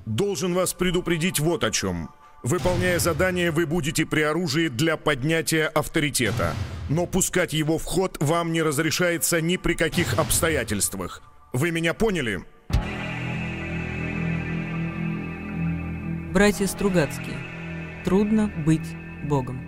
Должен вас предупредить вот о чем. Выполняя задание, вы будете при оружии для поднятия авторитета. Но пускать его в ход вам не разрешается ни при каких обстоятельствах. Вы меня поняли? Братья Стругацкие. Трудно быть Богом.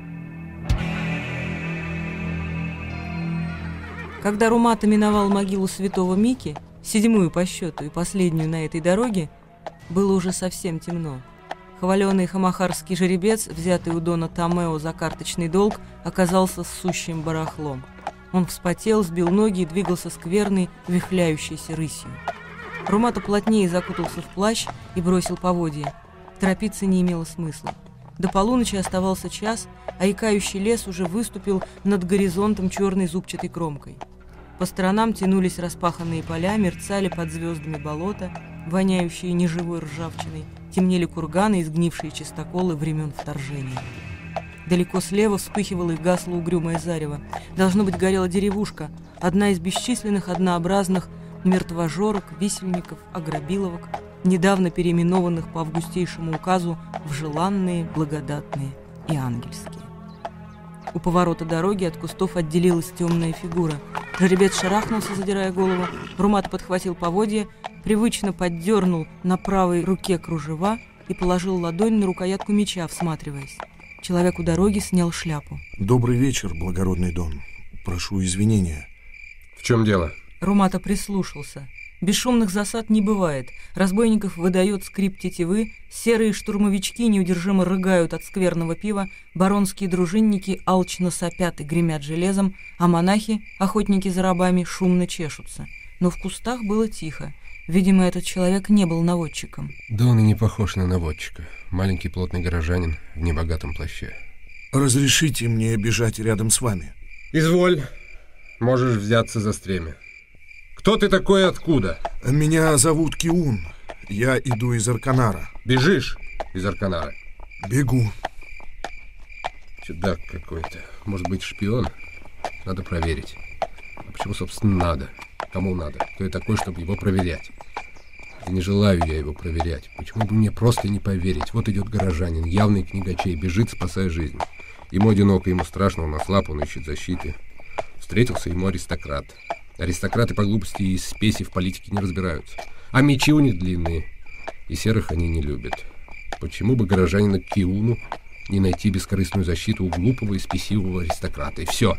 Когда Румата миновал могилу святого Мики, 7-ю по счету и последнюю на этой дороге, было уже совсем темно. Хваленый хамахарский жеребец, взятый у дона Томео за карточный долг, оказался сущим барахлом. Он вспотел, сбил ноги и двигался скверной, вихляющейся рысью. Румата плотнее закутался в плащ и бросил поводья. Торопиться не имело смысла. До полуночи оставался час, а икающий лес уже выступил над горизонтом черной зубчатой кромкой. По сторонам тянулись распаханные поля, мерцали под звездами болота, воняющие неживой ржавчиной, темнели курганы и сгнившие чистоколы времен вторжения. Далеко слева вспыхивало и гасло угрюмое зарево. Должно быть, горела деревушка, одна из бесчисленных однообразных мертвожорок, висельников, ограбиловок, недавно переименованных по августейшему указу в желанные, благодатные и ангельские. У поворота дороги от кустов отделилась темная фигура. Жеребец шарахнулся, задирая голову. Румат подхватил поводья, привычно поддернул на правой руке кружева и положил ладонь на рукоятку меча, всматриваясь. Человек у дороги снял шляпу. Добрый вечер, благородный Дон. Прошу извинения. В чем дело? Румата прислушался. Бесшумных засад не бывает. Разбойников выдает скрип тетивы, серые штурмовички неудержимо рыгают от скверного пива, баронские дружинники алчно сопят и гремят железом, а монахи, охотники за рабами, шумно чешутся. Но в кустах было тихо. Видимо, этот человек не был наводчиком. Да он и не похож на наводчика. Маленький плотный горожанин в небогатом плаще. Разрешите мне бежать рядом с вами? Изволь. Можешь взяться за стремя. Кто ты такой и откуда? Меня зовут Киун. Я иду из Арканара. Бежишь из Арканара? Бегу. Чудак какой-то. Может быть, шпион? Надо проверить. А почему, собственно, надо? Кому надо? Кто я такой, чтобы его проверять? Да не желаю я его проверять. Почему бы мне просто не поверить? Вот идет горожанин, явный книгачей, бежит, спасая жизнь. Ему одиноко, ему страшно, он ослаб, он ищет защиты. Встретился ему аристократ. Аристократы по глупости и спеси в политике не разбираются. А мечи у них длинные, и серых они не любят. Почему бы горожанина Киуну не найти бескорыстную защиту у глупого и спесивого аристократа? И все.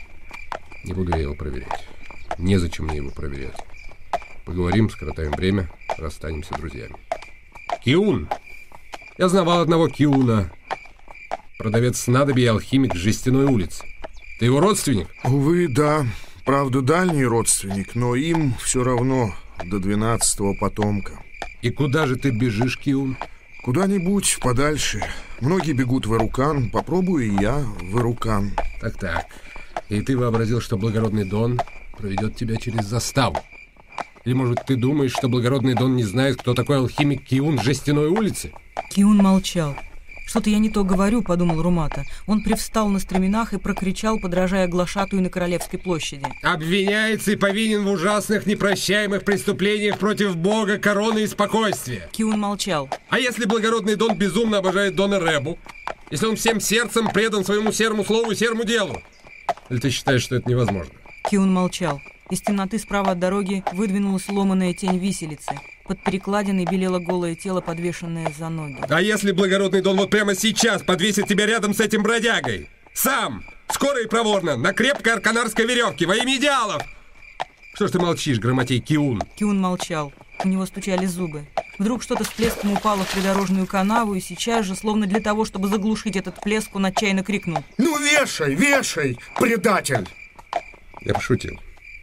Не буду я его проверять. Незачем мне его проверять. Поговорим, скоротаем время, расстанемся друзьями. Киун! Я знавал одного Киуна. Продавец снадобий и алхимик с Жестяной улицы. Ты его родственник? Увы, да. Правда, дальний родственник, но им все равно до 12-го потомка. И куда же ты бежишь, Киун? Куда-нибудь подальше. Многие бегут в Ирукан, попробую и я в Ирукан. Так. И ты вообразил, что благородный Дон проведет тебя через заставу? Или, может, ты думаешь, что благородный Дон не знает, кто такой алхимик Киун с Жестяной улицы? Киун молчал. «Что-то я не то говорю», — подумал Румата. Он привстал на стременах и прокричал, подражая глашатую на Королевской площади. «Обвиняется и повинен в ужасных, непрощаемых преступлениях против Бога, короны и спокойствия». Киун молчал. «А если благородный Дон безумно обожает Дона Ребу? Если он всем сердцем предан своему серому слову и серому делу? Или ты считаешь, что это невозможно?» Киун молчал. Из темноты справа от дороги выдвинулась ломаная тень виселицы. Под перекладиной белело голое тело, подвешенное за ноги. «А если благородный Дон вот прямо сейчас подвесит тебя рядом с этим бродягой? Сам! Скоро и проворно! На крепкой арканарской веревке! Во имя идеалов!» «Что ж ты молчишь, грамотей Киун?» Киун молчал. У него стучали зубы. Вдруг что-то с плеском упало в придорожную канаву, и сейчас же, словно для того, чтобы заглушить этот плеск, он отчаянно крикнул: «Ну вешай, вешай, предатель!» Я пошутил.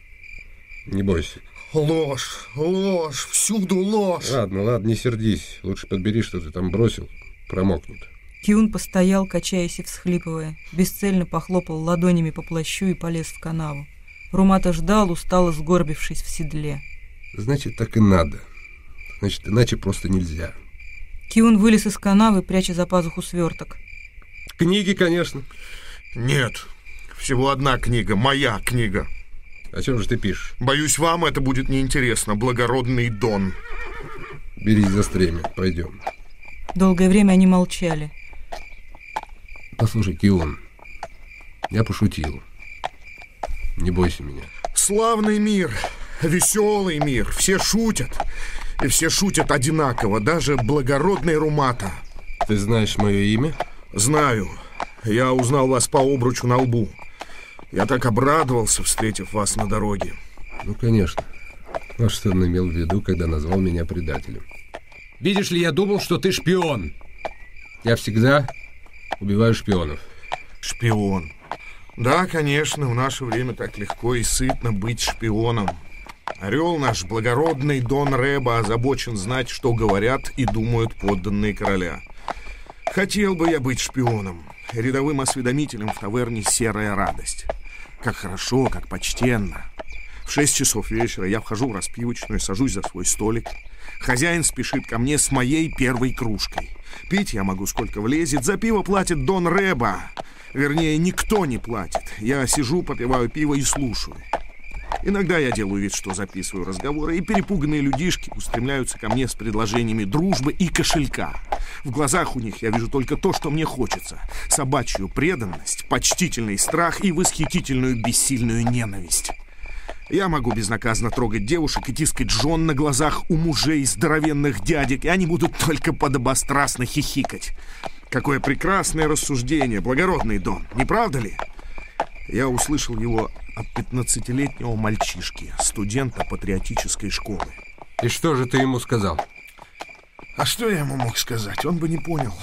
Не бойся. Ложь, всюду ложь. Ладно, не сердись. Лучше подбери, что ты там бросил. Промокнет. Киун постоял, качаясь и всхлипывая. Бесцельно похлопал ладонями по плащу и полез в канаву. Румата ждал, устало сгорбившись в седле. Значит, так и надо. Значит, иначе просто нельзя. Киун вылез из канавы, пряча за пазуху сверток. Книги, конечно. Нет, всего одна книга, моя книга. О чем же ты пишешь? Боюсь, вам это будет неинтересно, благородный Дон. Берись за стремя, пойдем. Долгое время они молчали. Послушай, Кион, я пошутил. Не бойся меня. Славный мир, веселый мир. Все шутят. И все шутят одинаково, даже благородный Румата. Ты знаешь мое имя? Знаю. Я узнал вас по обручу на лбу. Я так обрадовался, встретив вас на дороге. Ну, конечно. А что он имел в виду, когда назвал меня предателем? Видишь ли, я думал, что ты шпион. Я всегда убиваю шпионов. Шпион. Да, конечно, в наше время так легко и сытно быть шпионом. Орел наш, благородный Дон Реба, озабочен знать, что говорят и думают подданные короля. Хотел бы я быть шпионом, рядовым осведомителем в таверне «Серая радость». Как хорошо, как почтенно. В 6 часов вечера я вхожу в распивочную, сажусь за свой столик. Хозяин спешит ко мне с моей первой кружкой. Пить я могу сколько влезет, за пиво платит Дон Реба. Вернее, никто не платит. Я сижу, попиваю пиво и слушаю. Иногда я делаю вид, что записываю разговоры, и перепуганные людишки устремляются ко мне с предложениями дружбы и кошелька. В глазах у них я вижу только то, что мне хочется. Собачью преданность, почтительный страх и восхитительную бессильную ненависть. Я могу безнаказанно трогать девушек и тискать жен на глазах у мужей здоровенных дядек, и они будут только подобострастно хихикать. Какое прекрасное рассуждение, благородный Дон, не правда ли? Я услышал его от 15-летнего мальчишки, студента патриотической школы. И что же ты ему сказал? А что я ему мог сказать? Он бы не понял.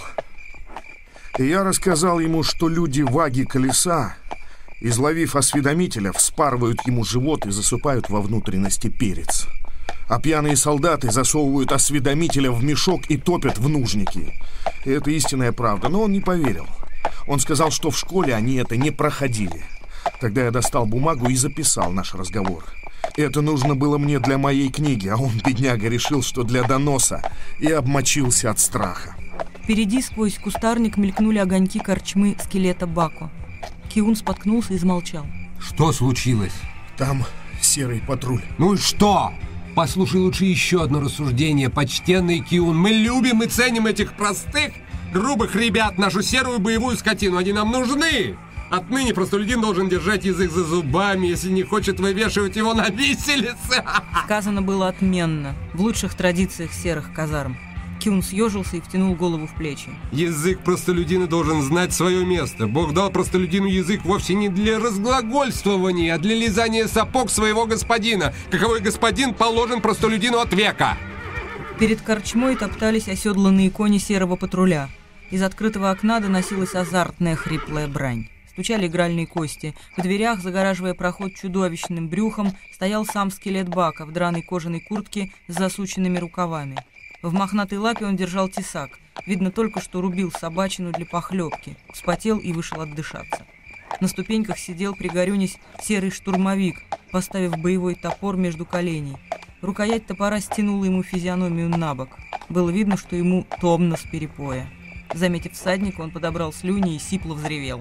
И я рассказал ему, что люди ваги колеса, изловив осведомителя, вспарывают ему живот и засыпают во внутренности перец. А пьяные солдаты засовывают осведомителя в мешок и топят в нужники. И это истинная правда, но он не поверил. Он сказал, что в школе они это не проходили. Тогда я достал бумагу и записал наш разговор. Это нужно было мне для моей книги, а он, бедняга, решил, что для доноса, и обмочился от страха. Впереди сквозь кустарник мелькнули огоньки корчмы скелета Бако. Киун споткнулся и замолчал. Что случилось? Там серый патруль. Ну и что? Послушай лучше еще одно рассуждение, почтенный Киун. Мы любим и ценим этих простых, грубых ребят, нашу серую боевую скотину. Они нам нужны. Отныне простолюдин должен держать язык за зубами, если не хочет вывешивать его на виселице. Сказано было отменно, в лучших традициях серых казарм. Киун съежился и втянул голову в плечи. Язык простолюдина должен знать свое место. Бог дал простолюдину язык вовсе не для разглагольствования, а для лизания сапог своего господина. Каковой господин положен простолюдину от века. Перед корчмой топтались оседланные кони серого патруля. Из открытого окна доносилась азартная хриплая брань. Стучали игральные кости. В дверях, загораживая проход чудовищным брюхом, стоял сам скелет Бака в драной кожаной куртке с засученными рукавами. В мохнатой лапе он держал тесак. Видно только, что рубил собачину для похлебки. Вспотел и вышел отдышаться. На ступеньках сидел, пригорюнясь, серый штурмовик, поставив боевой топор между коленей. Рукоять топора стянула ему физиономию на бок. Было видно, что ему томно с перепоя. Заметив всадника, он подобрал слюни и сипло взревел.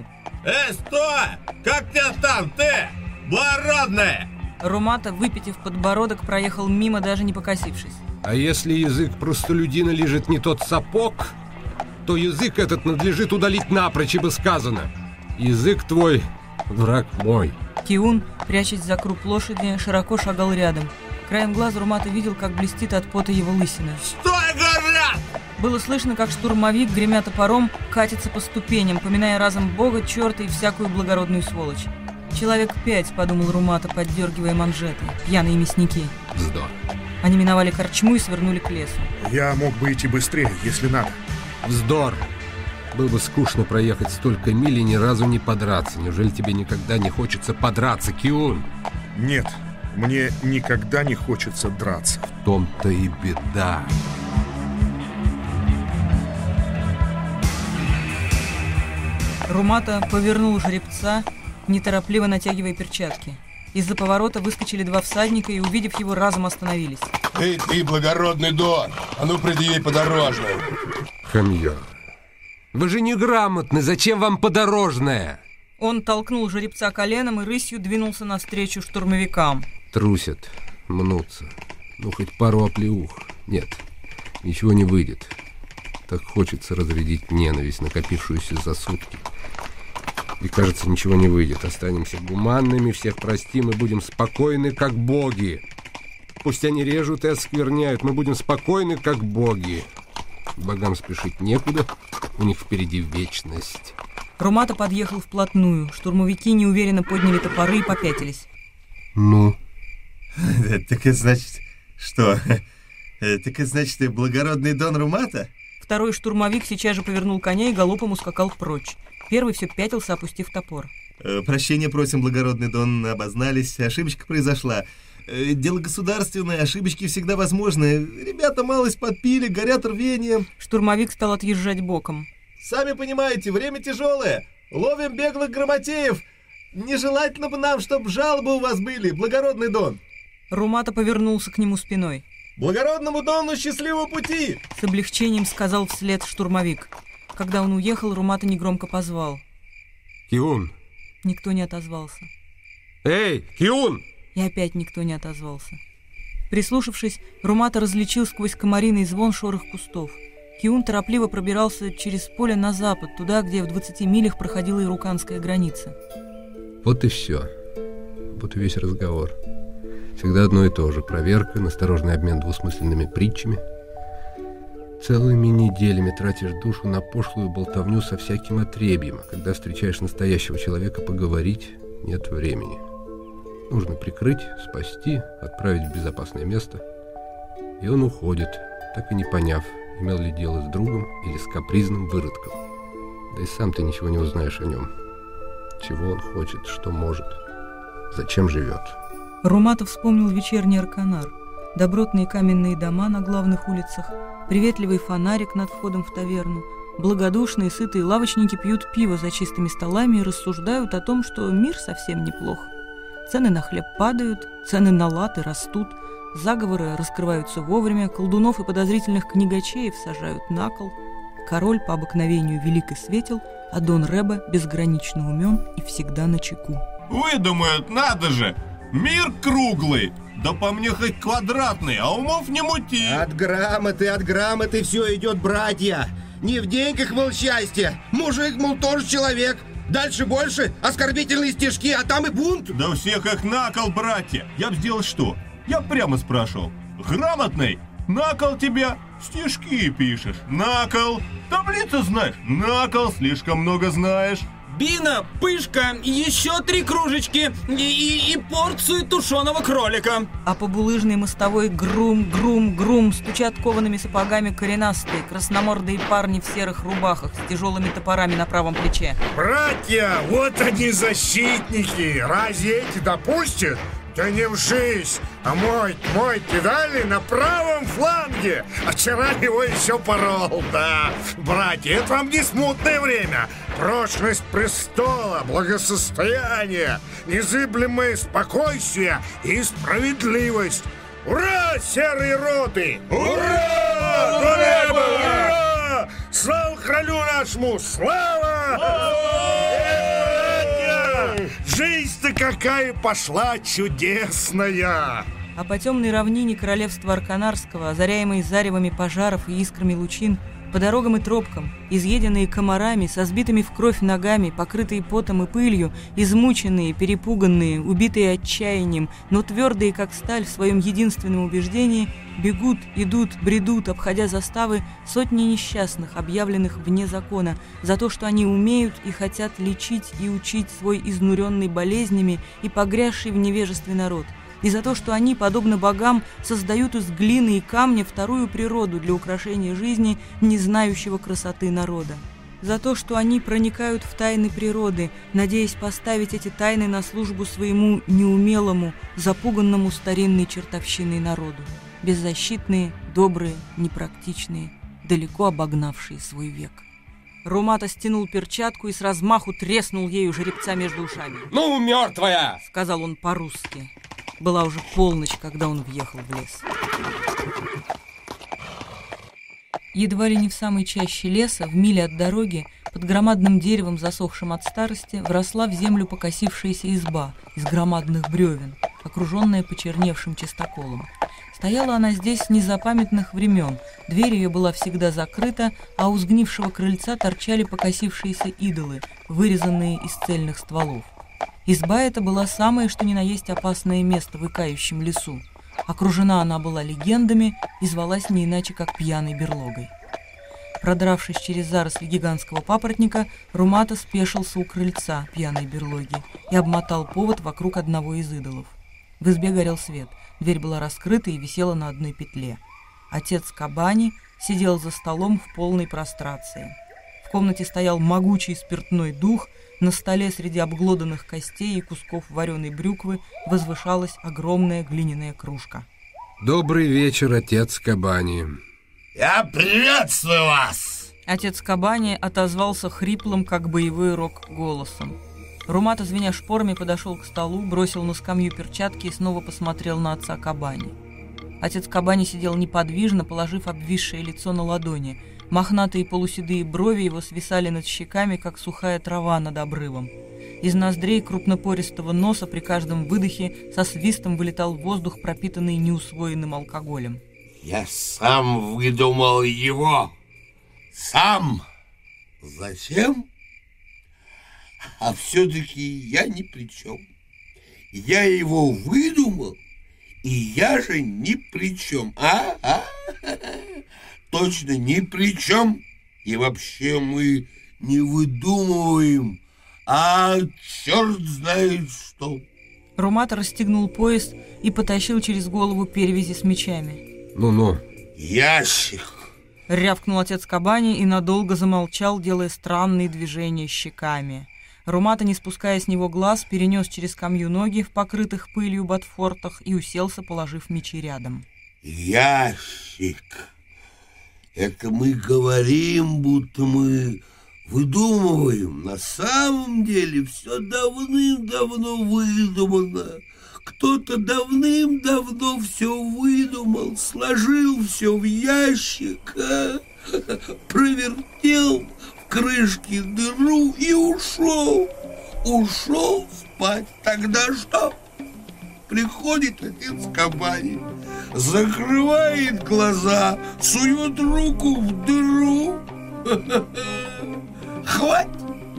Стой! Как тебя там, ты? Благородная! Румата, выпитив подбородок, проехал мимо, даже не покосившись. А если язык простолюдина лежит не тот сапог, то язык этот надлежит удалить напрочь, ибо сказано: язык твой, враг мой. Киун, прячась за круп лошади, широко шагал рядом. Краем глаза Румата видел, как блестит от пота его лысина. Стой, говорят! Было слышно, как штурмовик, гремя топором, катится по ступеням, поминая разом бога, черта и всякую благородную сволочь. «Человек 5», — подумал Румата, поддергивая манжеты. Пьяные мясники. Вздор. Они миновали корчму и свернули к лесу. Я мог бы идти быстрее, если надо. Вздор. Было бы скучно проехать столько миль и ни разу не подраться. Неужели тебе никогда не хочется подраться, Киун? Нет, мне никогда не хочется драться. В том-то и беда. Румата повернул жеребца, неторопливо натягивая перчатки. Из-за поворота выскочили два всадника и, увидев его, разом остановились. Эй, ты, благородный Дон, а ну предъяви подорожную. Хамье. Вы же неграмотны, зачем вам подорожная? Он толкнул жеребца коленом и рысью двинулся навстречу штурмовикам. Трусят, мнутся. Ну, хоть пару оплеух. Нет, Ничего не выйдет. Так хочется разрядить ненависть, накопившуюся за сутки. И кажется, ничего не выйдет. Останемся гуманными, всех простим и будем спокойны, как боги. Пусть они режут и оскверняют, мы будем спокойны, как боги. Богам спешить некуда, у них впереди вечность. Румата подъехал вплотную. Штурмовики неуверенно подняли топоры и попятились. Ну? Так это значит, что? Так это значит, благородный Дон Румата? Второй штурмовик сейчас же повернул коня и галопом ускакал прочь. Первый все пятился, опустив топор. Прощения просим, благородный Дон, обознались, ошибочка произошла. Дело государственное, ошибочки всегда возможны. Ребята малость подпили, горят рвением. Штурмовик стал отъезжать боком. Сами понимаете, время тяжелое. Ловим беглых грамотеев. Нежелательно бы нам, чтобы жалобы у вас были, благородный Дон. Румата повернулся к нему спиной. Благородному Дону счастливого пути! С облегчением сказал вслед штурмовик. Когда он уехал, Румата негромко позвал. Киун! Никто не отозвался. Эй, Киун! И опять никто не отозвался. Прислушавшись, Румата различил сквозь комариный звон шорох кустов. Киун торопливо пробирался через поле на запад, туда, где в 20 милях проходила ируканская граница. Вот и все. Вот и весь разговор. Всегда одно и то же. Проверка, насторожный обмен двусмысленными притчами. Целыми неделями тратишь душу на пошлую болтовню со всяким отребьем, а когда встречаешь настоящего человека, поговорить нет времени. Нужно прикрыть, спасти, отправить в безопасное место. И он уходит, так и не поняв, имел ли дело с другом или с капризным выродком. Да и сам ты ничего не узнаешь о нем. Чего он хочет, что может, зачем живет. Румата вспомнил вечерний Арканар. Добротные каменные дома на главных улицах, приветливый фонарик над входом в таверну. Благодушные, сытые лавочники пьют пиво за чистыми столами и рассуждают о том, что мир совсем неплох. Цены на хлеб падают, цены на латы растут, заговоры раскрываются вовремя, колдунов и подозрительных книгачеев сажают на кол. Король по обыкновению велик и светел, а Дон Рэбе безгранично умен и всегда начеку. Выдумают, надо же! Мир круглый! Да по мне хоть квадратный, а умов не мути! От грамоты все идет, братья! Не в деньгах, мол, счастье! Мужик, мол, тоже человек! Дальше больше, оскорбительные стишки, а там и бунт! Да всех их на кол, братья! Я б сделал что? Я б прямо спрашивал. Грамотный? На кол тебя? Стишки пишешь. На кол? Таблицу знаешь? На кол, слишком много знаешь. Бина, пышка, еще 3 кружечки и порцию тушеного кролика. А по булыжной мостовой грум стучат коваными сапогами коренастые, красномордые парни в серых рубахах с тяжелыми топорами на правом плече. Братья, вот они защитники. Разве эти допустят? Да не вшись! А мой кидали на правом фланге. А вчера его еще порол, да. Братья, это вам не смутное время. Прочность престола, благосостояние, незыблемое спокойствие и справедливость. Ура, серые роты! Ура! До неба! Ура! Слава королю нашему! Слава! Жизнь-то какая пошла чудесная! А по темной равнине королевства Арканарского, озаряемой заревами пожаров и искрами лучин, по дорогам и тропкам, изъеденные комарами, со сбитыми в кровь ногами, покрытые потом и пылью, измученные, перепуганные, убитые отчаянием, но твердые, как сталь, в своем единственном убеждении, бегут, идут, бредут, обходя заставы сотни несчастных, объявленных вне закона, за то, что они умеют и хотят лечить и учить свой изнуренный болезнями и погрязший в невежестве народ. И за то, что они, подобно богам, создают из глины и камня вторую природу для украшения жизни, не знающего красоты народа. За то, что они проникают в тайны природы, надеясь поставить эти тайны на службу своему неумелому, запуганному старинной чертовщиной народу. Беззащитные, добрые, непрактичные, далеко обогнавшие свой век. Румата стянул перчатку и с размаху треснул ею жеребца между ушами. Ну, мертвая! — сказал он по-русски. Была уже полночь, когда он въехал в лес. Едва ли не в самой чаще леса, в миле от дороги, под громадным деревом, засохшим от старости, вросла в землю покосившаяся изба из громадных бревен, окруженная почерневшим чистоколом. Стояла она здесь с незапамятных времен. Дверь ее была всегда закрыта, а у сгнившего крыльца торчали покосившиеся идолы, вырезанные из цельных стволов. Изба эта была самое что ни на есть опасное место в икающем лесу. Окружена она была легендами и звалась не иначе, как пьяной берлогой. Продравшись через заросли гигантского папоротника, Румата спешился у крыльца пьяной берлоги и обмотал повод вокруг одного из идолов. В избе горел свет, дверь была раскрыта и висела на одной петле. Отец Кабани сидел за столом в полной прострации. В комнате стоял могучий спиртной дух, на столе среди обглоданных костей и кусков вареной брюквы возвышалась огромная глиняная кружка. Добрый вечер, отец Кабани. Я приветствую вас! Отец Кабани отозвался хриплым, как боевой рог, голосом. Румата, звеня шпорами, подошел к столу, бросил на скамью перчатки и снова посмотрел на отца Кабани. Отец Кабани сидел неподвижно, положив обвисшее лицо на ладони. Мохнатые полуседые брови его свисали над щеками, как сухая трава над обрывом. Из ноздрей крупнопористого носа при каждом выдохе со свистом вылетал воздух, пропитанный неусвоенным алкоголем. Я сам выдумал его. Сам. Зачем? А все-таки я ни при чем. Я его выдумал, и я же ни при чем. Точно ни при чем. И вообще мы не выдумываем, а черт знает что. Румата расстегнул пояс и потащил через голову перевязи с мечами. Ну-ну. Ящик. Рявкнул отец Кабани и надолго замолчал, делая странные движения щеками. Румата, не спуская с него глаз, перенес через скамью ноги в покрытых пылью ботфортах и уселся, положив мечи рядом. Ящик. Это мы говорим, будто мы выдумываем. На самом деле все давным-давно выдумано. Кто-то давным-давно все выдумал, сложил все в ящик, провертел в крышке дыру и ушел. Ушел спать. Тогда что? Приходит отец Кабани, закрывает глаза, сует руку в дыру. Хватит!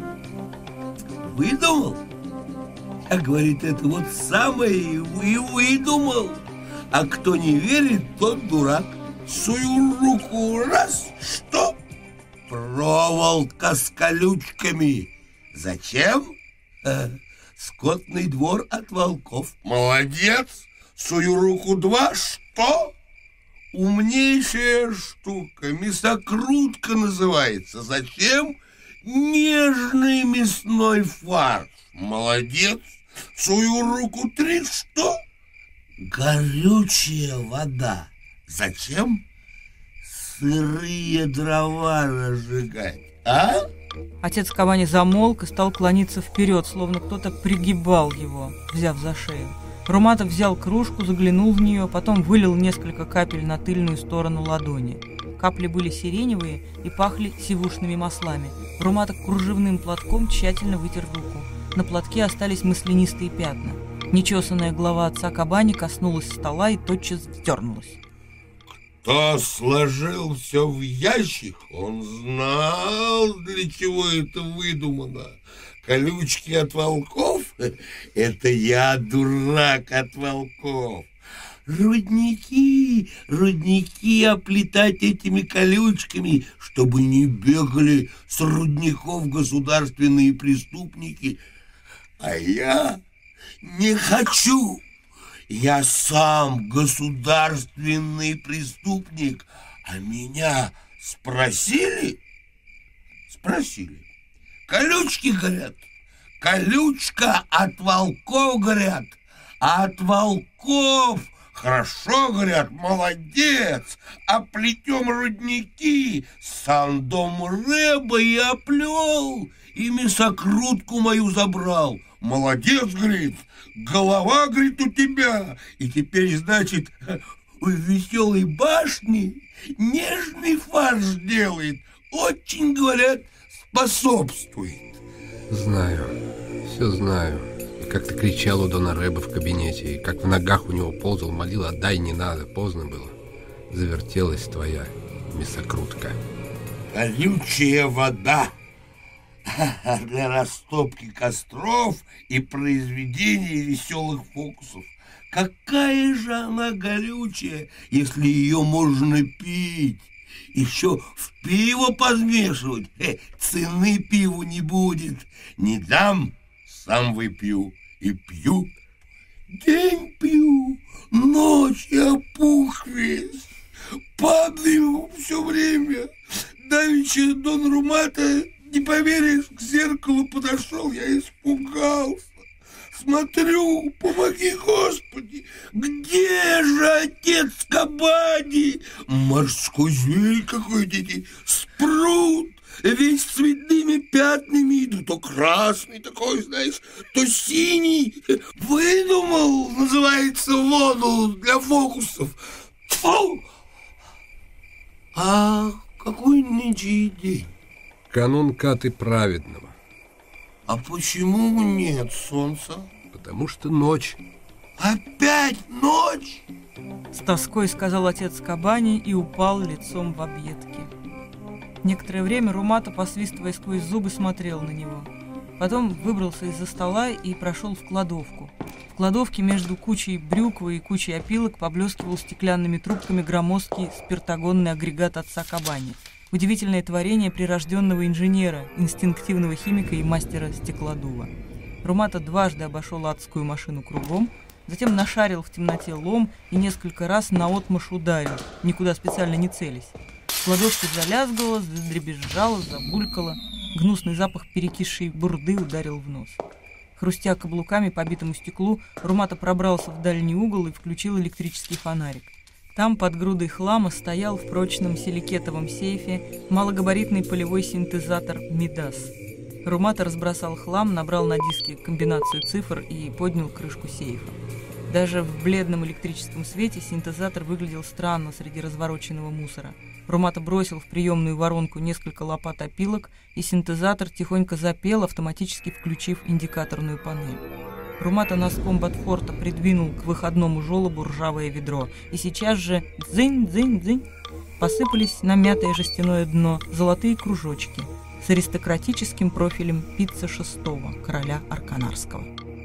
Выдумал? А говорит, это вот самое и выдумал. А кто не верит, тот дурак. Сую руку, раз, что? Проволока с колючками. Зачем? Скотный двор от волков. Молодец. Сую руку, два, что? Умнейшая штука. Мясокрутка называется. Зачем? Нежный мясной фарш. Молодец. Сую руку, три, что? Горючая вода. Зачем? Сырые дрова разжигать. Отец Кабани замолк и стал клониться вперед, словно кто-то пригибал его, взяв за шею. Румата взял кружку, заглянул в нее, потом вылил несколько капель на тыльную сторону ладони. Капли были сиреневые и пахли сивушными маслами. Румата кружевным платком тщательно вытер руку. На платке остались маслянистые пятна. Нечесанная голова отца Кабани коснулась стола и тотчас вздернулась. Кто сложил все в ящик, он знал, для чего это выдумано. Колючки от волков — это я, дурак, от волков. Рудники оплетать этими колючками, чтобы не бегали с рудников государственные преступники. А я не хочу. Я сам государственный преступник. А меня спросили? Спросили. Колючки горят. Колючка от волков горят. А от волков хорошо горят. Молодец. Оплетем рудники. Сам дом рыба и оплел. И мясокрутку мою забрал. Молодец, говорит. Голова, говорит, у тебя. И теперь, значит, в веселой башне нежный фарш делает. Очень, говорят, способствует. Знаю, все знаю. как ты кричал у Дона Рэба в кабинете, и как в ногах у него ползал, молил: отдай, не надо, поздно было. Завертелась твоя мясокрутка. Колючая вода для растопки костров и произведения веселых фокусов. Какая же она горючая, если ее можно пить? Еще в пиво подмешивать. Цены пиву не будет. Не дам, сам выпью. И пью. День пью, ночь я пух весь. Падаю все время. Давеча Дон Румата, не поверишь, к зеркалу подошел, я испугался. Смотрю, помоги, Господи, где же отец Кабани? Морской зверь какой-то, спрут, весь цветными пятнами, да то красный такой, знаешь, то синий. Выдумал, называется, воду для фокусов. Фу! А какой нынче день? Канун Каты Праведного. А почему нет солнца? Потому что ночь. Опять ночь? С тоской сказал отец Кабани и упал лицом в объедки. Некоторое время Румата, посвистывая сквозь зубы, смотрел на него. Потом выбрался из-за стола и прошел в кладовку. В кладовке между кучей брюквы и кучей опилок поблескивал стеклянными трубками громоздкий спиртогонный агрегат отца Кабани. Удивительное творение прирожденного инженера, инстинктивного химика и мастера стеклодува. Румата дважды обошел адскую машину кругом, затем нашарил в темноте лом и несколько раз наотмашь ударил, никуда специально не целясь. В кладовке залязгало, задребезжало, забулькало. Гнусный запах перекисшей бурды ударил в нос. Хрустя каблуками по битому стеклу, Румата пробрался в дальний угол и включил электрический фонарик. Там под грудой хлама стоял в прочном силикетовом сейфе малогабаритный полевой синтезатор «Мидас». Румата разбросал хлам, набрал на диске комбинацию цифр и поднял крышку сейфа. Даже в бледном электрическом свете синтезатор выглядел странно среди развороченного мусора. Румата бросил в приемную воронку несколько лопат опилок, и синтезатор тихонько запел, автоматически включив индикаторную панель. Румата носком ботфорта придвинул к выходному желобу ржавое ведро, и сейчас же дзынь-дзынь-дзынь посыпались на мятое жестяное дно золотые кружочки с аристократическим профилем Пицца VI, короля Арканарского.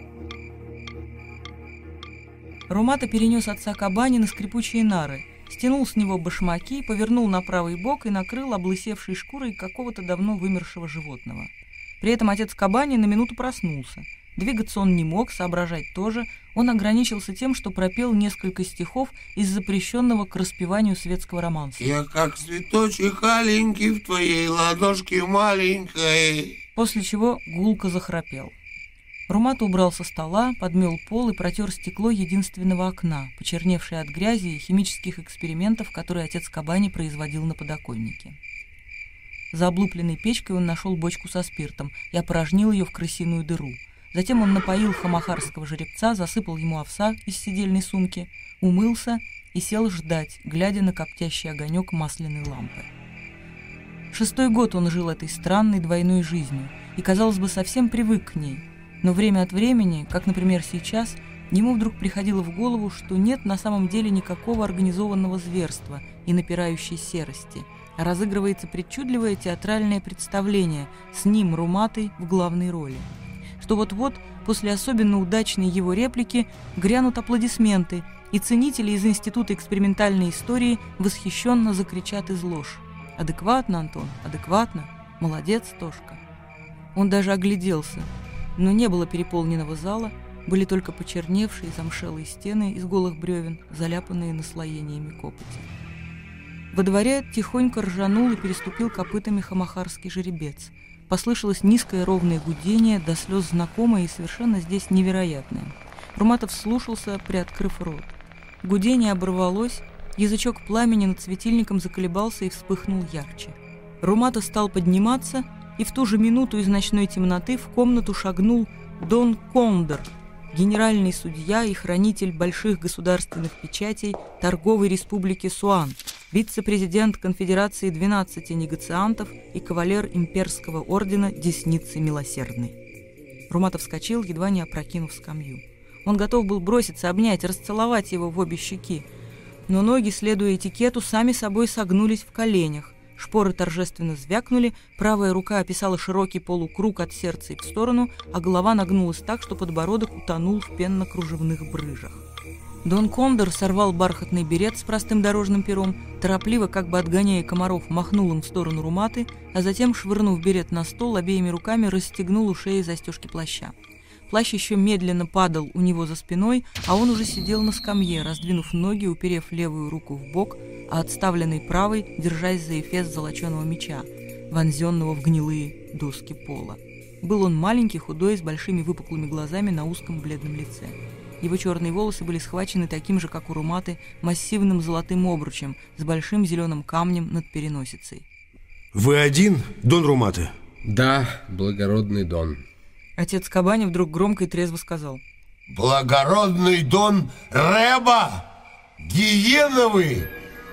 Румата перенес отца Кабани на скрипучие нары, стянул с него башмаки, повернул на правый бок и накрыл облысевшей шкурой какого-то давно вымершего животного. При этом отец Кабани на минуту проснулся. Двигаться он не мог, соображать тоже. Он ограничился тем, что пропел несколько стихов из запрещенного к распеванию светского романса. «Я как цветочек аленький в твоей ладошке маленькой». После чего гулко захрапел. Румата убрал со стола, подмел пол и протер стекло единственного окна, почерневшее от грязи и химических экспериментов, которые отец Кабани производил на подоконнике. За облупленной печкой он нашел бочку со спиртом и опорожнил ее в крысиную дыру. Затем он напоил хамахарского жеребца, засыпал ему овса из седельной сумки, умылся и сел ждать, глядя на коптящий огонек масляной лампы. 6-й год он жил этой странной двойной жизнью и, казалось бы, совсем привык к ней. Но время от времени, как, например, сейчас, ему вдруг приходило в голову, что нет на самом деле никакого организованного зверства и напирающей серости, а разыгрывается причудливое театральное представление с ним, Руматой, в главной роли. Что вот-вот, после особенно удачной его реплики, грянут аплодисменты, и ценители из Института экспериментальной истории восхищенно закричат из лож: «Адекватно, Антон, адекватно! Молодец, Тошка!» Он даже огляделся, но не было переполненного зала, были только почерневшие замшелые стены из голых бревен, заляпанные наслоениями копоти. Во дворе тихонько ржанул и переступил копытами хамахарский жеребец. Послышалось низкое ровное гудение, до слез знакомое и совершенно здесь невероятное. Румата вслушался, приоткрыв рот. Гудение оборвалось, язычок пламени над светильником заколебался и вспыхнул ярче. Румата стал подниматься, и в ту же минуту из ночной темноты в комнату шагнул Дон Кондор, генеральный судья и хранитель больших государственных печатей Торговой республики Суан, вице-президент Конфедерации 12 негациантов и кавалер имперского ордена Десницы Милосердной. Румата вскочил, едва не опрокинув скамью. Он готов был броситься, обнять, расцеловать его в обе щеки. Но ноги, следуя этикету, сами собой согнулись в коленях. Шпоры торжественно звякнули, правая рука описала широкий полукруг от сердца и в сторону, а голова нагнулась так, что подбородок утонул в пенно-кружевных брыжах. Дон Кондор сорвал бархатный берет с простым дорожным пером, торопливо, как бы отгоняя комаров, махнул им в сторону Руматы, а затем, швырнув берет на стол, обеими руками расстегнул у шеи застежки плаща. Плащ еще медленно падал у него за спиной, а он уже сидел на скамье, раздвинув ноги, уперев левую руку в бок, а отставленной правой держась за эфес золоченого меча, вонзенного в гнилые доски пола. Был он маленький, худой, с большими выпуклыми глазами на узком бледном лице. Его черные волосы были схвачены таким же, как у Руматы, массивным золотым обручем с большим зеленым камнем над переносицей. «Вы один, Дон Руматы?» Да, благородный Дон. Отец Кабани вдруг громко и трезво сказал: Благородный Дон Реба! Гиеновый!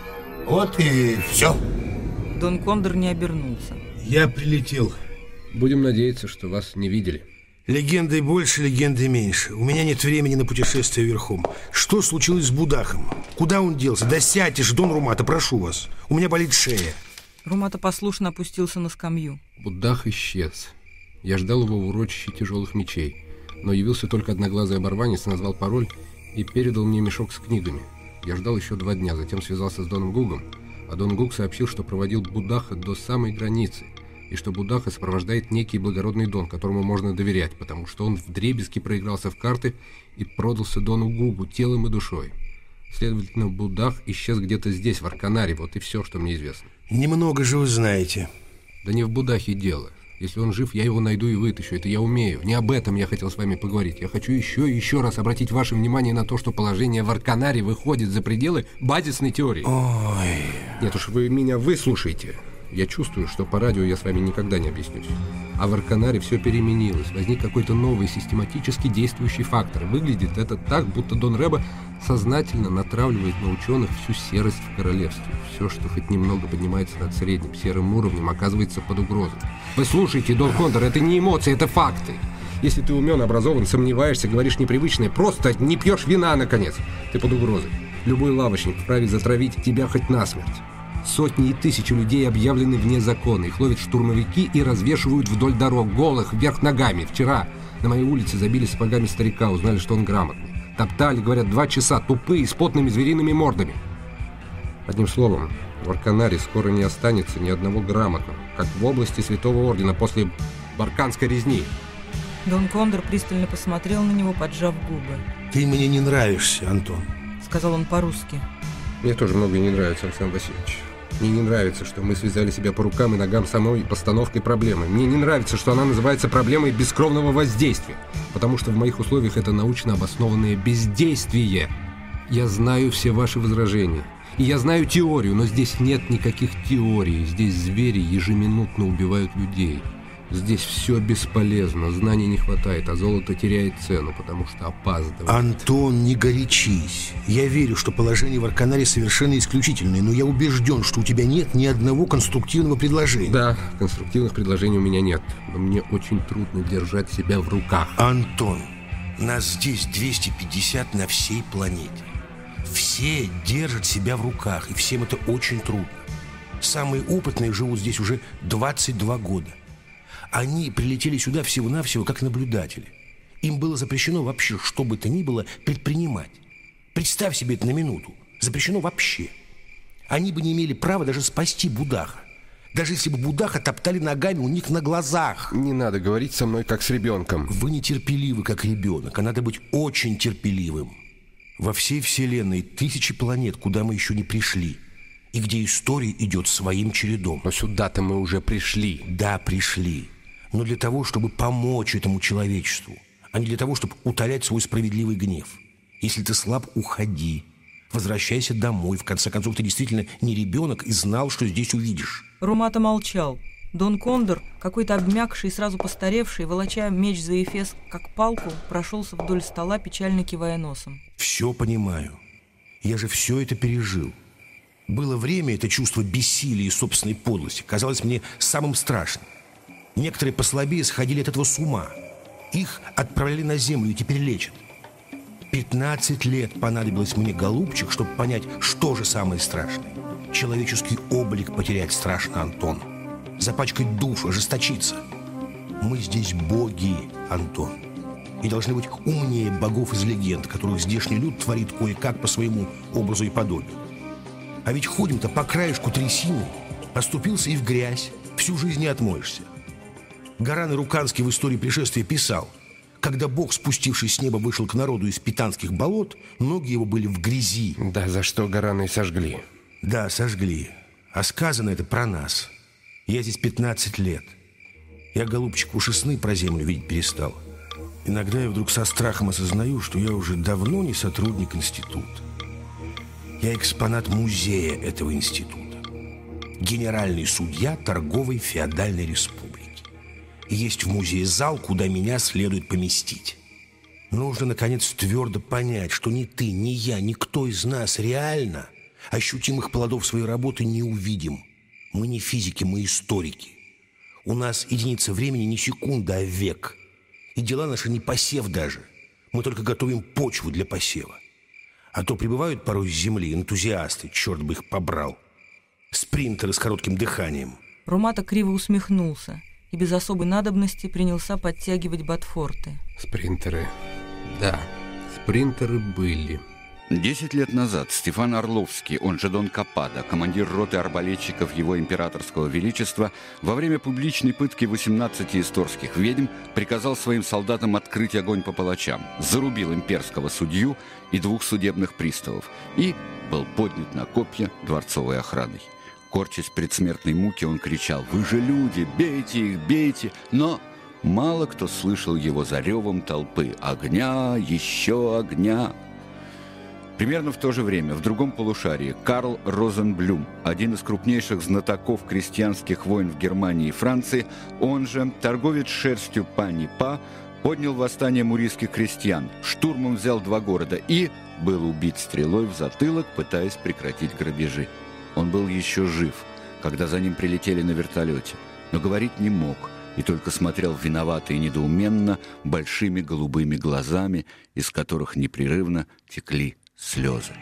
Вот и все. Дон Кондор не обернулся. Я прилетел. Будем надеяться, что вас не видели. Легенды больше, легенды меньше. У меня нет времени на путешествие верхом. Что случилось с Будахом? Куда он делся? Да сядьте же, Дон Румата, прошу вас. У меня болит шея. Румата послушно опустился на скамью. Будах исчез. Я ждал его в урочище тяжелых мечей, но явился только одноглазый оборванец, назвал пароль и передал мне мешок с книгами. Я ждал еще 2 дня, затем связался с Доном Гугом, а Дон Гуг сообщил, что проводил Будаха до самой границы, и что Будаха сопровождает некий благородный Дон, которому можно доверять, потому что он вдребезги проигрался в карты и продался Дону Гугу телом и душой. Следовательно, Будах исчез где-то здесь, в Арканаре, вот и все, что мне известно. Немного же вы знаете. Да не в Будахе дело. Если он жив, я его найду и вытащу. Это я умею. Не об этом я хотел с вами поговорить. Я хочу еще и еще раз обратить ваше внимание на то, что положение в Арканаре выходит за пределы базисной теории. Ой. Нет уж, вы меня выслушайте. Я чувствую, что по радио я с вами никогда не объяснюсь. А в Арканаре все переменилось. Возник какой-то новый систематически действующий фактор. Выглядит это так, будто Дон Реба сознательно натравливает на ученых всю серость в королевстве. Все, что хоть немного поднимается над средним серым уровнем, оказывается под угрозой. Вы слушайте, Дон Кондор, это не эмоции, это факты. Если ты умен, образован, сомневаешься, говоришь непривычное, просто не пьешь вина, наконец, ты под угрозой. Любой лавочник вправе затравить тебя хоть насмерть. Сотни и тысячи людей объявлены вне закона. Их ловят штурмовики и развешивают вдоль дорог, голых, вверх ногами. Вчера на моей улице забили сапогами старика, узнали, что он грамотный. Топтали, говорят, 2 часа, тупые, с потными звериными мордами. Одним словом, в Арканаре скоро не останется ни одного грамотного, как в области Святого Ордена после Барканской резни. Дон Кондор пристально посмотрел на него, поджав губы. Ты мне не нравишься, Антон. Сказал он по-русски. Мне тоже многое не нравится, Александр Васильевич. Мне не нравится, что мы связали себя по рукам и ногам самой постановкой проблемы. Мне не нравится, что она называется проблемой бескровного воздействия, потому что в моих условиях это научно обоснованное бездействие. Я знаю все ваши возражения, и я знаю теорию, но здесь нет никаких теорий. Здесь звери ежеминутно убивают людей. Здесь все бесполезно, знаний не хватает, а золото теряет цену, потому что опаздывает. Антон, не горячись. Я верю, что положение в Арканаре совершенно исключительное, но я убежден, что у тебя нет ни одного конструктивного предложения. Да, конструктивных предложений у меня нет, но мне очень трудно держать себя в руках. Антон, нас здесь 250 на всей планете. Все держат себя в руках, и всем это очень трудно. Самые опытные живут здесь уже 22 года. Они прилетели сюда всего-навсего как наблюдатели. Им было запрещено вообще что бы то ни было предпринимать. Представь себе это на минуту. Запрещено вообще. Они бы не имели права даже спасти Будаха. Даже если бы Будаха топтали ногами у них на глазах. Не надо говорить со мной как с ребенком. Вы нетерпеливы, как ребенок, а надо быть очень терпеливым. Во всей Вселенной тысячи планет, куда мы еще не пришли. И где история идет своим чередом. Но сюда-то мы уже пришли. Да, пришли. Но для того, чтобы помочь этому человечеству, а не для того, чтобы утолять свой справедливый гнев. Если ты слаб, уходи. Возвращайся домой. В конце концов, ты действительно не ребенок и знал, что здесь увидишь. Румата молчал. Дон Кондор, какой-то обмякший и сразу постаревший, волоча меч за эфес, как палку, прошелся вдоль стола, печально кивая носом. Все понимаю. Я же все это пережил. Было время, это чувство бессилия и собственной подлости казалось мне самым страшным. Некоторые послабее сходили от этого с ума. Их отправляли на землю и теперь лечат. 15 лет понадобилось мне, голубчик, чтобы понять, что же самое страшное. Человеческий облик потерять страшно, Антон. Запачкать душу, ожесточиться. Мы здесь боги, Антон. И должны быть умнее богов из легенд, которых здешний люд творит кое-как по своему образу и подобию. А ведь ходим-то по краешку трясины, оступился и в грязь, всю жизнь не отмоешься. Горан Ируканский в истории пришествия писал: когда Бог, спустившись с неба, вышел к народу из питанских болот, ноги его были в грязи. Да, за что Горана и сожгли. Да, сожгли. А сказано это про нас. Я здесь 15 лет. Я, голубчик, уж и сны про землю видеть перестал. Иногда я вдруг со страхом осознаю, что я уже давно не сотрудник института. Я экспонат музея этого института. Генеральный судья торговой феодальной республики. И есть в музее зал, куда меня следует поместить. Нужно, наконец, твердо понять, что ни ты, ни я, никто из нас реально ощутимых плодов своей работы не увидим. Мы не физики, мы историки. У нас единица времени не секунда, а век. И дела наши не посев даже. Мы только готовим почву для посева. А то прибывают порой с земли энтузиасты, черт бы их побрал. Спринтеры с коротким дыханием. Румата криво усмехнулся и без особой надобности принялся подтягивать ботфорты. Спринтеры. Да, спринтеры были. 10 лет назад Стефан Орловский, он же Дон Капада, командир роты арбалетчиков его императорского величества, во время публичной пытки 18 исторских ведьм приказал своим солдатам открыть огонь по палачам, зарубил имперского судью и 2 судебных приставов и был поднят на копья дворцовой охраной. Корчась предсмертной муки, он кричал: «Вы же люди, бейте их, бейте!» Но мало кто слышал его за ревом толпы: «Огня, еще огня!» Примерно в то же время, в другом полушарии, Карл Розенблюм, один из крупнейших знатоков крестьянских войн в Германии и Франции, он же торговец шерстью пани Па, поднял восстание мурийских крестьян, штурмом взял 2 города и был убит стрелой в затылок, пытаясь прекратить грабежи. Он был еще жив, когда за ним прилетели на вертолете, но говорить не мог и только смотрел виновато и недоуменно большими голубыми глазами, из которых непрерывно текли слезы.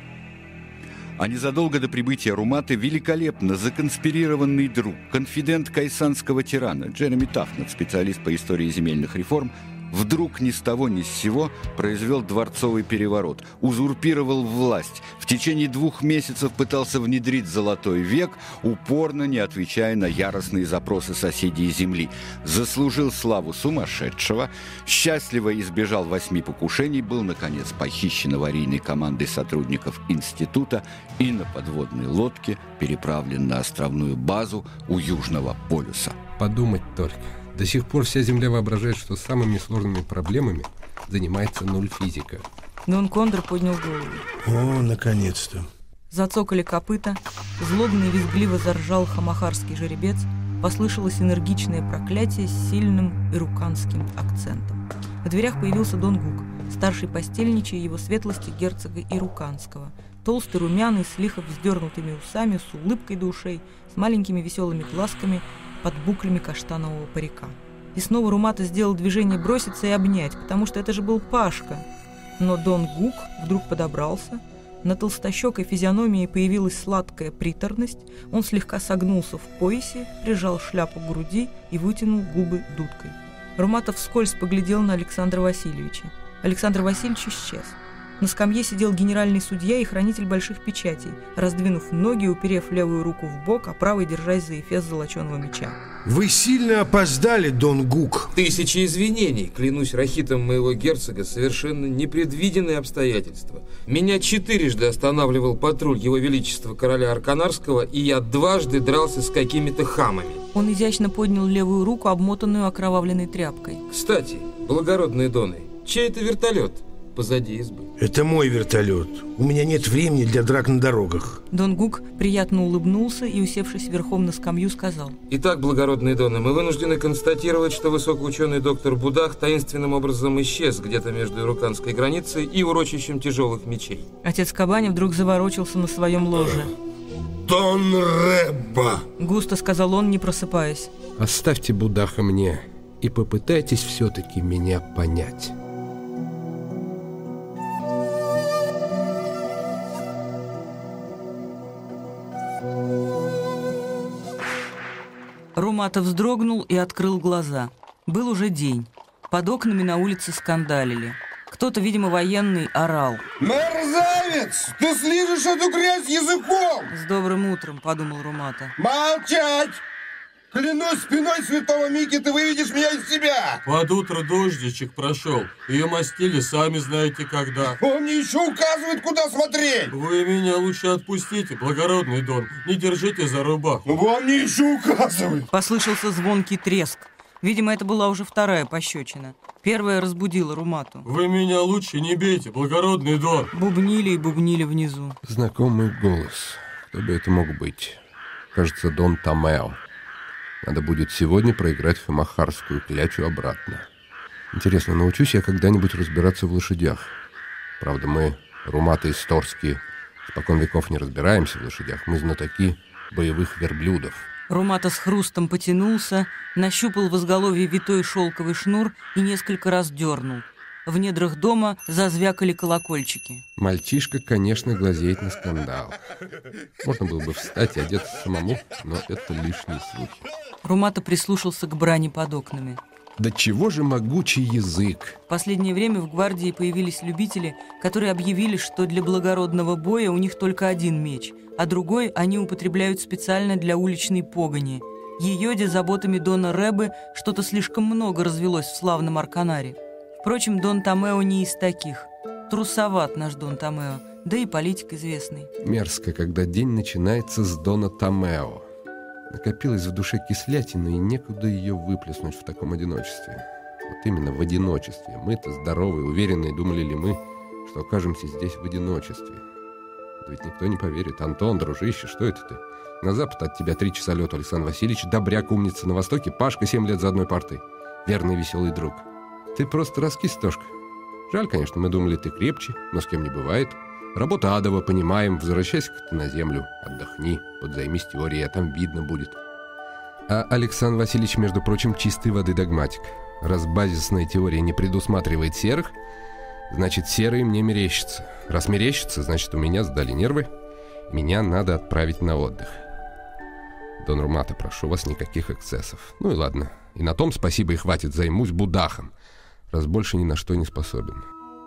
А незадолго до прибытия Руматы великолепно законспирированный друг, конфидент кайсанского тирана Джереми Тафнет, специалист по истории земельных реформ, вдруг ни с того ни с сего произвел дворцовый переворот, узурпировал власть, в течение 2 месяцев пытался внедрить золотой век, упорно не отвечая на яростные запросы соседей земли, заслужил славу сумасшедшего, счастливо избежал 8 покушений, был, наконец, похищен аварийной командой сотрудников института и на подводной лодке переправлен на островную базу у Южного полюса. Подумать только. До сих пор вся Земля воображает, что самыми сложными проблемами занимается нуль-физика. Дон Кондор поднял голову. О, наконец-то. Зацокали копыта, злобно и визгливо заржал хамахарский жеребец, послышалось энергичное проклятие с сильным ируканским акцентом. В дверях появился Дон Гук, старший постельничий его светлости герцога Ируканского, толстый, румяный, с лихо вздернутыми усами, с улыбкой до ушей, с маленькими веселыми глазками под буклями каштанового парика. И снова Румата сделал движение броситься и обнять, потому что это же был Пашка. Но Дон Гук вдруг подобрался, на толстощекой физиономии появилась сладкая приторность, он слегка согнулся в поясе, прижал шляпу к груди и вытянул губы дудкой. Румата вскользь поглядел на Александра Васильевича. Александр Васильевич исчез. На скамье сидел генеральный судья и хранитель больших печатей, раздвинув ноги, уперев левую руку в бок, а правой держась за эфес золоченого меча. Вы сильно опоздали, Дон Гук. 1000 извинений, клянусь рахитом моего герцога, совершенно непредвиденные обстоятельства. Меня 4 останавливал патруль его величества короля Арканарского, и я 2 дрался с какими-то хамами. Он изящно поднял левую руку, обмотанную окровавленной тряпкой. Кстати, благородные доны, чей это вертолет позади избы? Это мой вертолет. У меня нет времени для драк на дорогах. Дон Гук приятно улыбнулся и, усевшись верхом на скамью, сказал: Итак, благородные доны, мы вынуждены констатировать, что высокоученый доктор Будах таинственным образом исчез где-то между ируканской границей и урочищем тяжелых мечей. Отец Кабани вдруг заворочился на своем ложе. Дон Рэбба! Густо сказал он, не просыпаясь. Оставьте Будаха мне. и попытайтесь все-таки меня понять. Румата вздрогнул и открыл глаза. Был уже день. Под окнами на улице скандалили. Кто-то, видимо, военный, орал. «Мерзавец! Ты слижешь эту грязь языком!» «С добрым утром», — подумал Румата. «Молчать! Клянусь спиной святого Мики, ты выведешь меня из себя!» Под утро дождичек прошел. Ее мастили сами знаете когда. Он мне еще указывает, куда смотреть! Вы меня лучше отпустите, благородный Дон. Не держите за рубаху. Он мне еще указывает! Послышался звонкий треск. Видимо, это была уже вторая пощечина. Первая разбудила Румату. Вы меня лучше не бейте, благородный Дон. Бубнили и бубнили внизу. Знакомый голос. Кто бы это мог быть? Кажется, Дон Томео. Надо будет сегодня проиграть хамахарскую клячу обратно. Интересно, научусь я когда-нибудь разбираться в лошадях? Правда, мы, Румата Исторские, испокон веков не разбираемся в лошадях. Мы знатоки боевых верблюдов. Румата с хрустом потянулся, нащупал в изголовье витой шелковый шнур и несколько раз дернул. В недрах дома зазвякали колокольчики. Мальчишка, конечно, глазеет на скандал. Можно было бы встать и одеться самому, но это лишний случай. Румата прислушался к брани под окнами. Да чего же могучий язык! В последнее время в гвардии появились любители, которые объявили, что для благородного боя у них только один меч, а другой они употребляют специально для уличной погони. Йоде заботами Дона Рэбы что-то слишком много развелось в славном Арканаре. Впрочем, Дон Томео не из таких. Трусоват наш Дон Томео, да и политик известный. Мерзко, когда день начинается с Дона Томео. Накопилась в душе кислятина, и некуда ее выплеснуть в таком одиночестве. Вот именно в одиночестве. Мы-то здоровые, уверенные, думали ли мы, что окажемся здесь в одиночестве. Да ведь никто не поверит. Антон, дружище, что это ты? На запад от тебя 3 часа лету, Александр Васильевич, добряк, умница, на востоке Пашка, 7 лет за одной партой. Верный, веселый друг. Ты просто раскис, Тошка. Жаль, конечно, мы думали, ты крепче, но с кем не бывает. Работа адова, понимаем, возвращайся-ка ты на землю, отдохни, подзаймись теорией, а там видно будет. А Александр Васильевич, между прочим, чистой воды догматик. Раз базисная теория не предусматривает серых, значит, серые мне мерещатся. Раз мерещатся, значит, у меня сдали нервы, меня надо отправить на отдых. Дон Румата, прошу вас, никаких эксцессов. Ну и ладно, и на том спасибо и хватит, займусь будахом, раз больше ни на что не способен.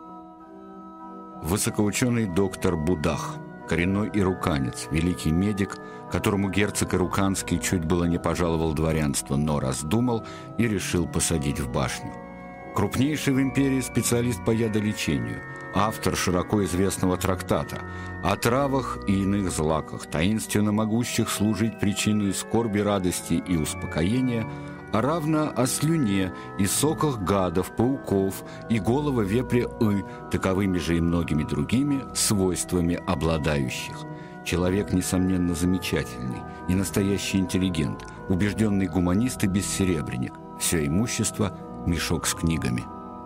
Высокоученый доктор Будах, коренной ируканец, великий медик, которому герцог Ируканский чуть было не пожаловал дворянство, но раздумал и решил посадить в башню. Крупнейший в империи специалист по ядолечению, автор широко известного трактата о травах и иных злаках, таинственно могущих служить причиной скорби, радости и успокоения, а равно о слюне и соках гадов, пауков и голова вепря таковыми же и многими другими свойствами обладающих. Человек, несомненно, замечательный и настоящий интеллигент, убежденный гуманист и бессеребренник. Все имущество – мешок с книгами.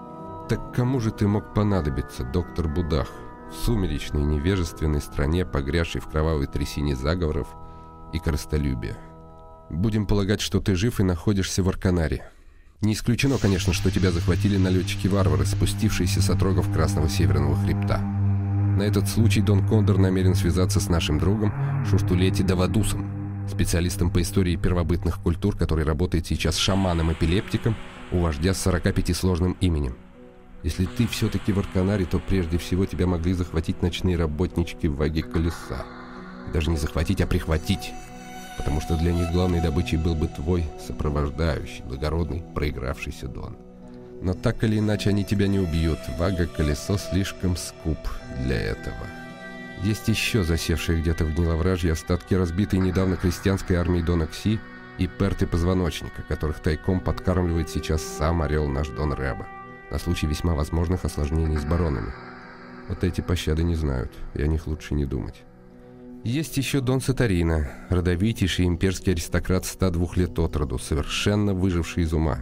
Так кому же ты мог понадобиться, доктор Будах, в сумеречной невежественной стране, погрязшей в кровавой трясине заговоров и корыстолюбия? Будем полагать, что ты жив и находишься в Арканаре. Не исключено, конечно, что тебя захватили налетчики-варвары, спустившиеся с отрогов Красного Северного Хребта. На этот случай Дон Кондор намерен связаться с нашим другом Шуштулети Давадусом, специалистом по истории первобытных культур, который работает сейчас шаманом-эпилептиком у вождя с 45-сложным именем. Если ты все-таки в Арканаре, то прежде всего тебя могли захватить ночные работнички в Ваге Колеса. И даже не захватить, а прихватить. Потому что для них главной добычей был бы твой сопровождающий, благородный, проигравшийся Дон. Но так или иначе они тебя не убьют. Вага Колесо слишком скуп для этого. Есть еще засевшие где-то в Гниловражье остатки разбитой недавно крестьянской армии Дона Кси и перты позвоночника, которых тайком подкармливает сейчас сам орел наш Дон Рэба, на случай весьма возможных осложнений с баронами. Вот эти пощады не знают, и о них лучше не думать. Есть еще Дон Сатарина, родовитейший имперский аристократ 102 лет от роду, совершенно выживший из ума.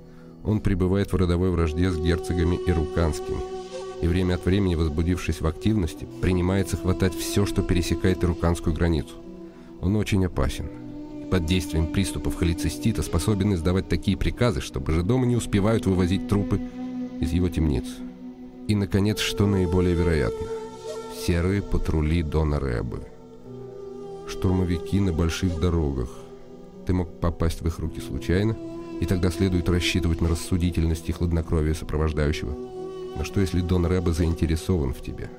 Он пребывает в родовой вражде с герцогами ируканскими, и время от времени, возбудившись в активности, принимается хватать все, что пересекает ируканскую границу. Он очень опасен. под действием приступов холецистита способен издавать такие приказы, что божедомы не успевают вывозить трупы из его темниц. И, наконец, что наиболее вероятно? Серые патрули Дона Рэбы. Штурмовики на больших дорогах. Ты мог попасть в их руки случайно, и тогда следует рассчитывать на рассудительность и хладнокровие сопровождающего. Но что, если Дон Рэба заинтересован в тебе?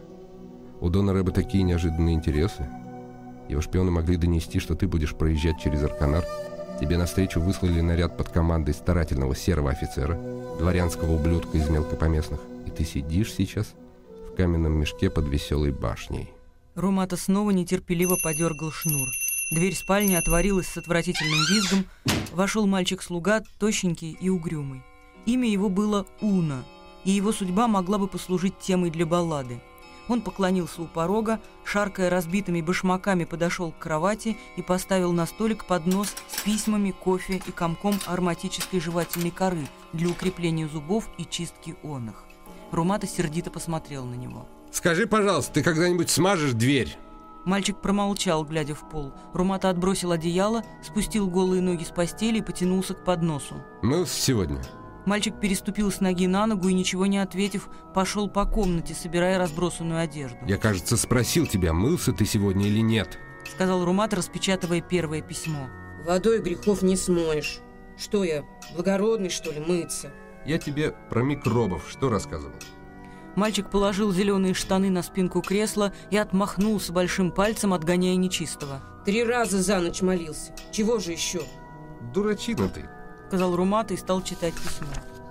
У Дона Рэба такие неожиданные интересы. Его шпионы могли донести, что ты будешь проезжать через Арканар. Тебе навстречу выслали наряд под командой старательного серого офицера, дворянского ублюдка из мелкопоместных. И ты сидишь сейчас в каменном мешке под Веселой башней. Румата снова нетерпеливо подергал шнур. Дверь спальни отворилась с отвратительным визгом. Вошел мальчик-слуга, тощенький и угрюмый. Имя его было Уна, и его судьба могла бы послужить темой для баллады. Он поклонился у порога, шаркая разбитыми башмаками подошел к кровати и поставил на столик поднос с письмами, кофе и комком ароматической жевательной коры для укрепления зубов и чистки оных. Румата сердито посмотрел на него. «Скажи, пожалуйста, ты когда-нибудь смажешь дверь?» Мальчик промолчал, глядя в пол. Румата отбросил одеяло, спустил голые ноги с постели и потянулся к подносу. «Мылся сегодня?» Мальчик переступил с ноги на ногу и, ничего не ответив, пошел по комнате, собирая разбросанную одежду. «Я, кажется, спросил тебя, мылся ты сегодня или нет?» Сказал Румата, распечатывая первое письмо. «Водой грехов не смоешь. Что я, благородный, что ли, мыться?» «Я тебе про микробов что рассказывал?» Мальчик положил зеленые штаны на спинку кресла и отмахнулся большим пальцем, отгоняя нечистого. 3 раза за ночь молился. Чего же еще?» «Дурачина ты», — сказал Румата и стал читать письмо.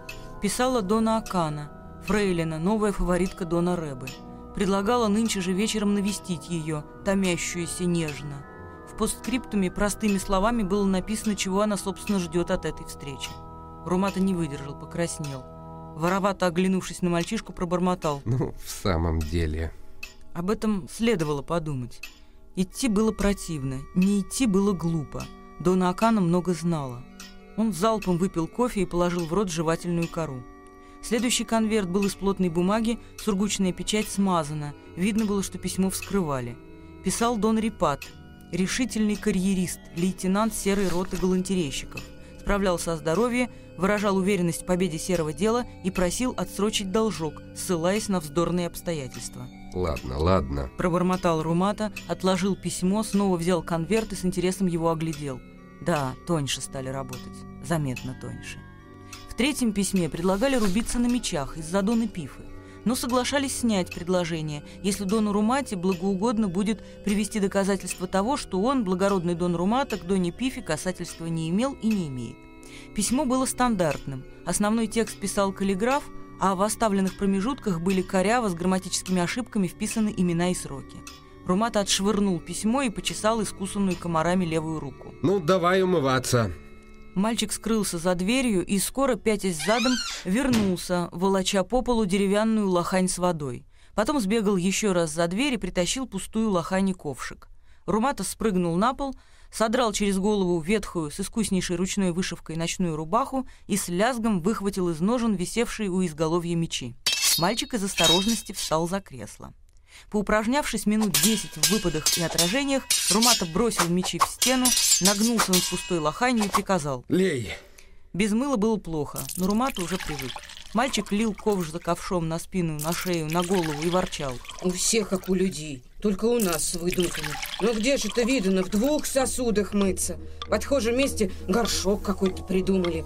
Писала Дона Акана, фрейлина, новая фаворитка Дона Рэбы. Предлагала нынче же вечером навестить ее, томящуюся нежно. В постскриптуме простыми словами было написано, чего она, собственно, ждет от этой встречи. Румата не выдержал, покраснел. Воровато оглянувшись на мальчишку, пробормотал. «Ну, в самом деле...» Об этом следовало подумать. Идти было противно, не идти было глупо. Дона Акана много знала. Он залпом выпил кофе и положил в рот жевательную кору. Следующий конверт был из плотной бумаги, сургучная печать смазана. Видно было, что письмо вскрывали. Писал Дон Рипат, решительный карьерист, лейтенант серой роты галантерейщиков. Справлялся о здоровье, выражал уверенность в победе серого дела и просил отсрочить должок, ссылаясь на вздорные обстоятельства. «Ладно», — пробормотал Румата, отложил письмо, снова взял конверт и с интересом его оглядел. Да, тоньше стали работать, заметно тоньше. В третьем письме предлагали рубиться на мечах из-за Доны Пифы, но соглашались снять предложение, если Дону Румате благоугодно будет привести доказательства того, что он, благородный Дон Румата, к Доне Пифе касательства не имел и не имеет. Письмо было стандартным. Основной текст писал каллиграф, а в оставленных промежутках были коряво с грамматическими ошибками вписаны имена и сроки. Румата отшвырнул письмо и почесал искусанную комарами левую руку. «Ну, давай умываться». Мальчик скрылся за дверью и скоро, пятясь задом, вернулся, волоча по полу деревянную лохань с водой. Потом сбегал еще раз за дверь и притащил пустую лохань и ковшик. Румата спрыгнул на пол, содрал через голову ветхую с искуснейшей ручной вышивкой ночную рубаху и с лязгом выхватил из ножен висевшие у изголовья мечи. Мальчик из осторожности встал за кресло. Поупражнявшись минут 10 в выпадах и отражениях, Румата бросил мечи в стену, нагнулся над пустой лоханью и приказал: «Лей!» Без мыла было плохо, но Румата уже привык. Мальчик лил ковш за ковшом на спину, на шею, на голову и ворчал. «У всех, как у людей, только у нас с выдумками. Но где же это видано в 2 сосудах мыться? В отхожем месте горшок какой-то придумали.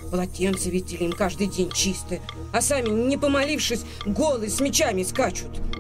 Полотенце ведь им каждый день чистое, а сами, не помолившись, голые с мечами скачут.